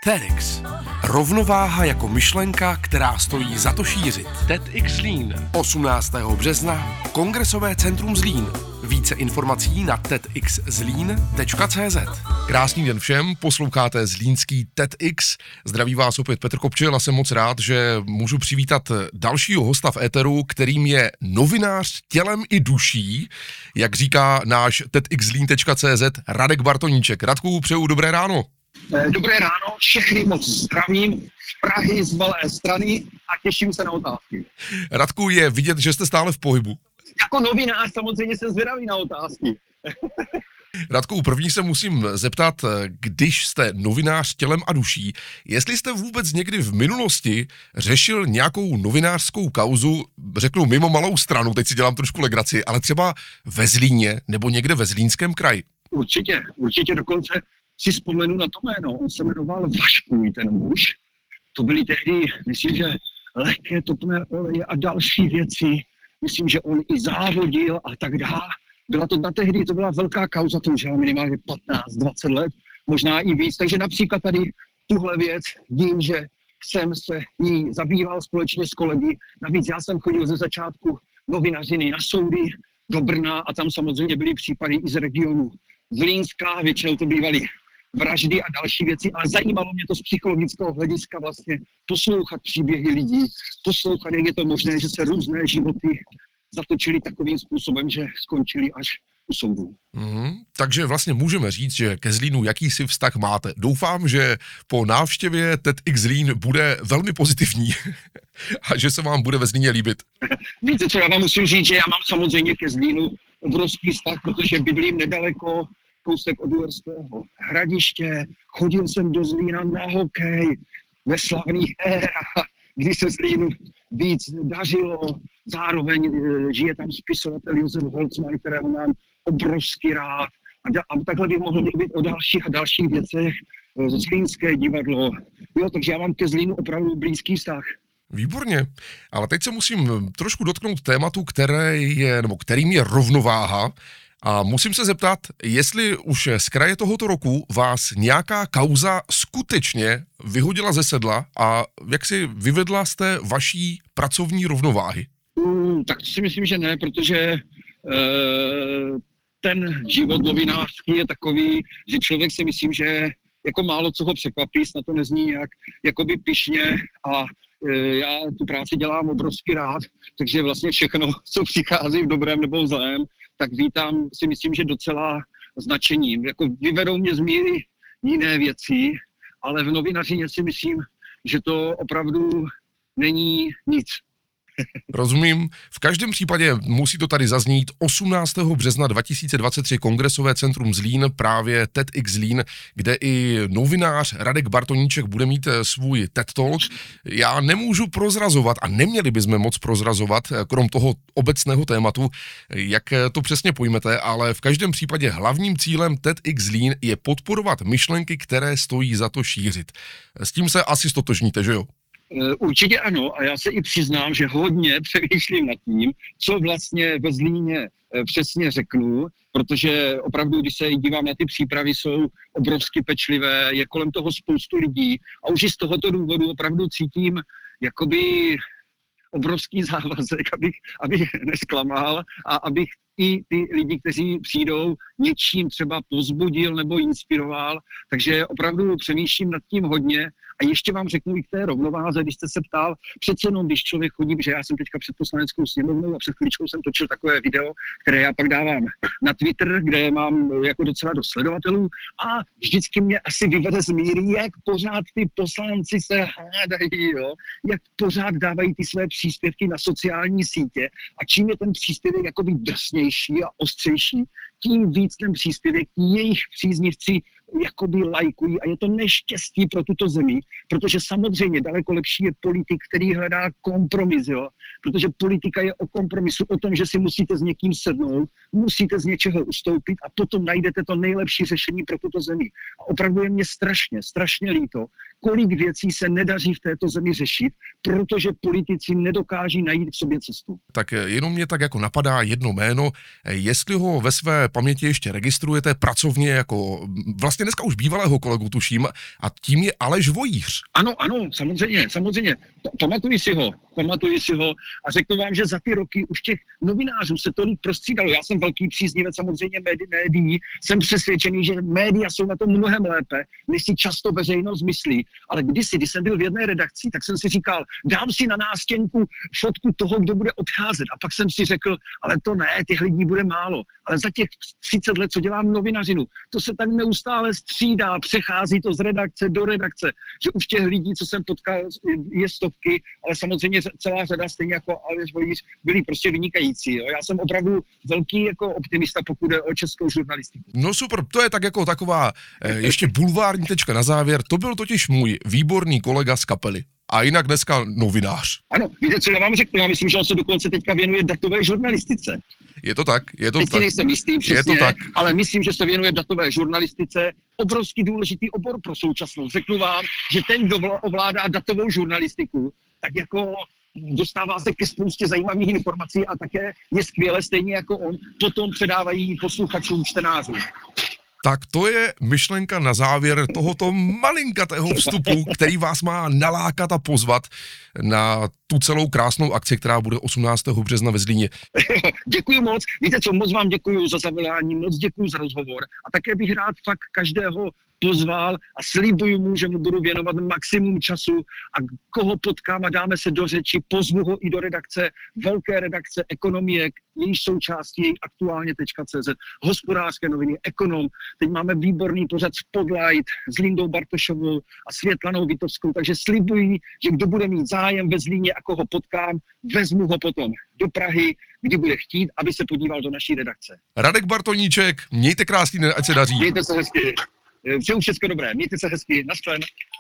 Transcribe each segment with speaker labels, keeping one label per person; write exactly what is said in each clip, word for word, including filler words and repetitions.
Speaker 1: TEDx. Rovnováha jako myšlenka, která stojí za to šířit.
Speaker 2: TEDx Zlín.
Speaker 1: osmnáctého března, Kongresové centrum Zlín. Více informací na ted x zlín tečka cé zet.
Speaker 2: Krásný den všem, posloucháte zlínský TEDx. Zdraví vás opět Petr Kopčil a jsem moc rád, že můžu přivítat dalšího hosta v éteru, kterým je novinář tělem i duší, jak říká náš ted x zlín tečka cé zet Radek Bartoníček. Radku, přeju dobré ráno.
Speaker 3: Dobré ráno, všechny moc zdravím z Prahy, z Malé Strany a těším se na otázky.
Speaker 2: Radku, je vidět, že jste stále v pohybu.
Speaker 3: Jako novinář samozřejmě jsem zvědavý na otázky.
Speaker 2: Radku, první se musím zeptat, když jste novinář tělem a duší, jestli jste vůbec někdy v minulosti řešil nějakou novinářskou kauzu, řeknu mimo Malou Stranu, teď si dělám trošku legraci, ale třeba ve Zlíně nebo někde ve Zlínském kraji.
Speaker 3: Určitě, určitě dokonce si vzpomenu na to jméno, on se jmenoval Vaškůj, ten muž. To byly tehdy, myslím, že lehké topné oleje a další věci. Myslím, že on i závodil a tak dále. Byla to na tehdy, to byla velká kauza, to už minimálně patnáct dvacet let, možná i víc. Takže například tady tuhle věc, vím, že jsem se ní zabýval společně s kolegy. Navíc já jsem chodil ze začátku novinařiny na soudy do Brna a tam samozřejmě byly případy i z regionu Zlínska, většinou to bývaly vraždy a další věci, ale zajímalo mě to z psychologického hlediska vlastně poslouchat příběhy lidí, poslouchat, jak je to možné, že se různé životy zatočily takovým způsobem, že skončili až u soudu.
Speaker 2: Mm, takže vlastně můžeme říct, že ke Zlínu jakýsi vztah máte. Doufám, že po návštěvě TEDx Zlín bude velmi pozitivní a že se vám bude ve Zlíně líbit.
Speaker 3: Víte co, já vám musím říct, že já mám samozřejmě ke Zlínu obrovský vztah, protože bydlím nedaleko, kousek od Uherského Hradiště, chodil jsem do Zlína na hokej ve slavných érách, kdy se Zlínu víc dařilo, zároveň e, žije tam spisovatel Josef Holcman, kterého mám obrovský rád a, da, a takhle bych mohl mluvit o dalších a dalších věcech, e, Zlínské divadlo, jo, takže já mám ke Zlínu opravdu blízký vztah.
Speaker 2: Výborně, ale teď se musím trošku dotknout tématu, které je, nebo kterým je rovnováha. A musím se zeptat, jestli už z kraje tohoto roku vás nějaká kauza skutečně vyhodila ze sedla a jak si vyvedla z té vaší pracovní rovnováhy?
Speaker 3: Mm, tak si myslím, že ne, protože e, ten život novinářský je takový, že člověk si myslím, že jako málo co ho překvapí, snad to nezní nějak jakoby pyšně a e, já tu práci dělám obrovsky rád, takže vlastně všechno, co přichází v dobrém nebo v zlém, tak vítám, si myslím, že docela značením. Jako vyvedou mě z míry jiné věci, ale v novinařině si myslím, že to opravdu není nic.
Speaker 2: Rozumím. V každém případě musí to tady zaznít osmnáctého března dva tisíce dvacet tři Kongresové centrum Zlín, právě TEDx Zlín, kde i novinář Radek Bartoníček bude mít svůj TED Talk. Já nemůžu prozrazovat a neměli bychom moc prozrazovat, krom toho obecného tématu, jak to přesně pojmete, ale v každém případě hlavním cílem TEDx Zlín je podporovat myšlenky, které stojí za to šířit. S tím se asi stotožníte, že jo?
Speaker 3: Určitě ano a já se i přiznám, že hodně přemýšlím nad tím, co vlastně ve Zlíně přesně řeknu, protože opravdu, když se dívám na ty přípravy, jsou obrovsky pečlivé, je kolem toho spoustu lidí a už i z tohoto důvodu opravdu cítím jakoby obrovský závazek, abych, abych nesklamal a abych i ty lidi, kteří přijdou, něčím třeba povzbudil nebo inspiroval, takže opravdu přemýšlím nad tím hodně a ještě vám řeknu i k té rovnováze, když jste se ptal, přece jenom, když člověk chodí, že já jsem teďka před Poslaneckou sněmovnou a před chvíličkou jsem točil takové video, které já pak dávám na Twitter, kde mám jako docela dost sledovatelů a vždycky mě asi vyvede z míry, jak pořád ty poslanci se hádají, jo? Jak pořád dávají ty své příspěvky na sociální sítě a čím je ten příspěvek jakoby drsnější a ostřejší, tím víc ten příspěvek jejich příznivci jakoby lajkují a je to neštěstí pro tuto zemi, protože samozřejmě daleko lepší je politik, který hledá kompromis, jo? Protože politika je o kompromisu, o tom, že si musíte s někým sednout, musíte z něčeho ustoupit a potom najdete to nejlepší řešení pro tuto zemi. A opravdu je mě strašně, strašně líto, kolik věcí se nedaří v této zemi řešit, protože politici nedokáží najít v sobě cestu.
Speaker 2: Tak jenom mě tak jako napadá jedno jméno, jestli ho ve své paměti ještě registrujete pracovně jako vlastně dneska už bývalého kolegu, tuším, a tím je Aleš Vojíř.
Speaker 3: Ano, ano, samozřejmě, samozřejmě. Pamatuji si ho, pamatuji si ho a řeknu vám, že za ty roky už těch novinářů se tolik prostřídalo. Já jsem velký příznivec samozřejmě médi, médií, jsem přesvědčený, že média jsou na tom mnohem lépe, než si často veřejnost myslí. Ale kdysi, když jsem byl v jedné redakci, tak jsem si říkal, dám si na nástěnku fotku toho, kdo bude odcházet. A pak jsem si řekl, ale to ne, těch lidí bude málo. Ale za těch třicet let, co dělám novinařinu, to se tak neustále střídá, přechází to z redakce do redakce, že už těch lidí, co jsem potkal, je stovky, ale samozřejmě celá řada, stejně jako Aleš Vojíř, byli prostě vynikající. Jo. Já jsem opravdu velký jako optimista, pokud jde o českou žurnalistiku.
Speaker 2: No super, to je tak jako taková eh, ještě bulvární tečka na závěr. To byl totiž můj výborný kolega z kapely. A jinak dneska novinář.
Speaker 3: Ano, víte, co já vám řeknu, já myslím, že on se dokonce teďka věnuje datové žurnalistice.
Speaker 2: Je to tak, je to
Speaker 3: Teď
Speaker 2: tak.
Speaker 3: nejsem jistý přesně,
Speaker 2: je to tak.
Speaker 3: Ale myslím, že se věnuje datové žurnalistice, obrovský důležitý obor pro současnost. Řeknu vám, že ten, kdo ovládá datovou žurnalistiku, tak jako dostává se ke spoustě zajímavých informací a také je skvěle, stejně jako on, potom předávají posluchačům, čtenářům.
Speaker 2: Tak to je myšlenka na závěr tohoto malinkatého vstupu, který vás má nalákat a pozvat na tu celou krásnou akci, která bude osmnáctého března ve Zlíně.
Speaker 3: Děkuji moc. Víte co, moc vám děkuji za zavolání, moc děkuji za rozhovor a také bych rád fakt každého pozval a slibuju mu, že mu budu věnovat maximum času a koho potkám a dáme se do řeči, pozvu ho i do redakce, velké redakce ekonomie, jejíž součástí je aktuálně tečka cé zet, hospodářské noviny, Ekonom. Teď máme výborný pořad Spotlight s Lindou Bartošovou a Světlanou Vitovskou, takže slibuji, že kdo bude mít zájem ve Zlíně a koho potkám, vezmu ho potom do Prahy, kdy bude chtít, aby se podíval do naší redakce.
Speaker 2: Radek Bartoníček, mějte krásný den, ať se daří.
Speaker 3: Mějte se hezky. Přeju všechno dobré, mějte se hezky, naschlen.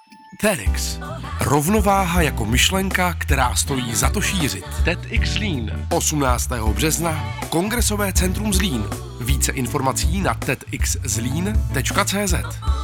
Speaker 1: TEDx. Rovnováha jako myšlenka, která stojí za to šířit. TEDx Zlín. osmnáctého března. Kongresové centrum Zlín. Více informací na tedxzlín tečka cé zet.